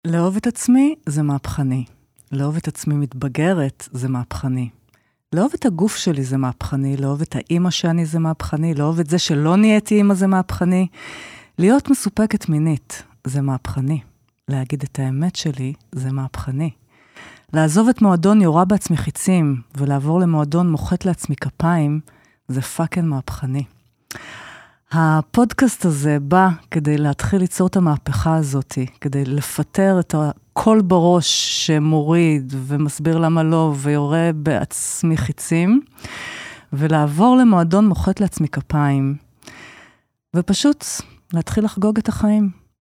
לאהוב את עצמי זה מהפכני. לאהוב את עצמי מתבגרת זה מהפכני. לאהוב את הגוף שלי זה מהפכני. לאהוב את האמא שאני זה מהפכני. לאהוב את זה שלא נהייתי אמא זה מהפכני. להיות מסופקת מינית זה מהפכני. להגיד את האמת שלי זה מהפכני. לעזוב את מועדון יורה בעצמי חיצים ולעבור למועדון מוחט לעצמי כפיים זה פאקן מהפכני. הפודקאסט הזה בא כדי להתחיל ליצור את המהפכה הזאת, כדי לפטר את הכל בראש שמוריד ומסביר למה לא ויורה בעצמי חיצים, ולעבור למועדון מוחט לעצמי כפיים, ופשוט להתחיל לחגוג את החיים.